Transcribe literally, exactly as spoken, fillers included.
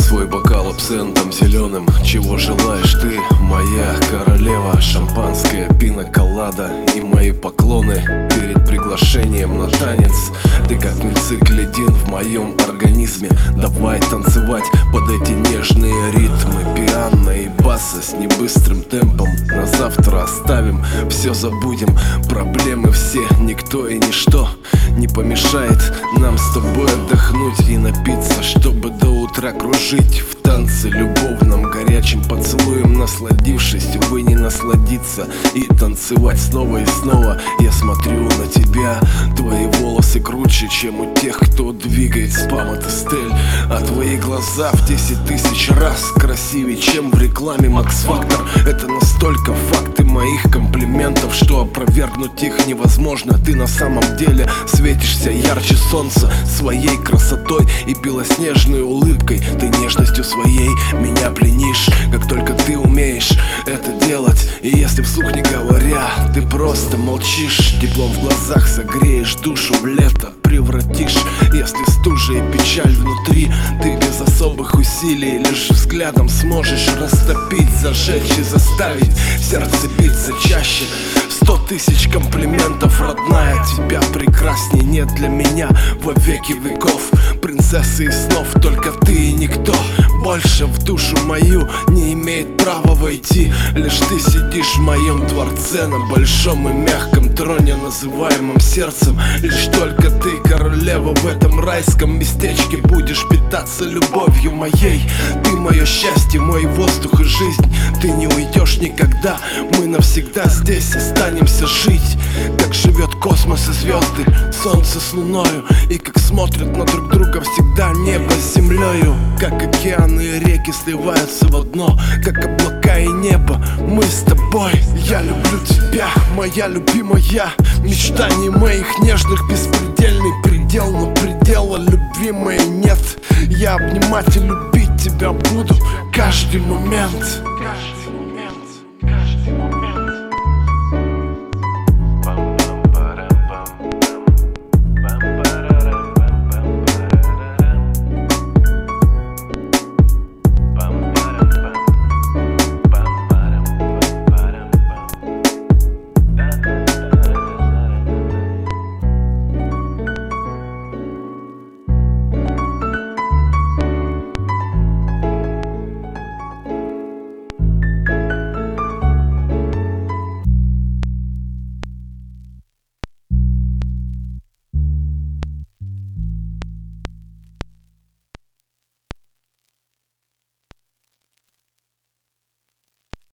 свой бокал абсентом зеленым. Чего желаешь ты, моя королева? Шампанское, пина-колада и мои поклоны перед приглашением на танец. Ты как циклидин в моем организме. Давай танцевать под эти нежные ритмы пиано и баса с небыстрым темпом. На завтра оставим, все забудем. Проблемы все, никто и ничто не помешает нам с тобой отдохнуть и напиться, чтобы до утра кружить в танце любовном, горячим поцелуем насладившись, увы, не насладиться и танцевать снова и снова. Я смотрю на тебя, твои волосы круче, чем у тех, кто двигает спам от Эстель, а твои глаза в десять тысяч раз красивее, чем в рекламе Макс Фактор. Это настолько факты моих комплиментов, что опровергнуть их невозможно. Ты на самом деле светишься ярче солнца своей красотой и белоснежной улыбкой. Ты нежностью своей меня пленишь, как только ты умеешь это делать. И если вслух не говоря, ты просто молчишь, теплом в глазах согреешь душу в лето превратишь. Если стужа и печаль внутри ты без особых усилий лишь взглядом сможешь растопить, зажечь и заставить сердце биться чаще. Сто тысяч комплиментов, родная, тебя прекрасней нет для меня во веки веков. Принцесса из снов, только ты и никто больше в душу мою не имеет права войти. Лишь ты сидишь в моем дворце на большом и мягком троне, называемом сердцем. Лишь только ты, королева, в этом райском местечке будешь питаться любовью моей. Ты мое счастье, мой воздух и жизнь. Ты не уйдешь никогда, мы навсегда здесь останемся жить. Как живет космос и звезды, солнце с луною, и как смотрят на друг друга всегда небо с землею. Как океаны и реки сливаются в одно, как облака и небо, мы с тобой. Я люблю тебя, моя любимая, мечтаний моих нежных беспредельный предел, но предела любимой нет. Я обнимать и любить тебя буду каждый момент.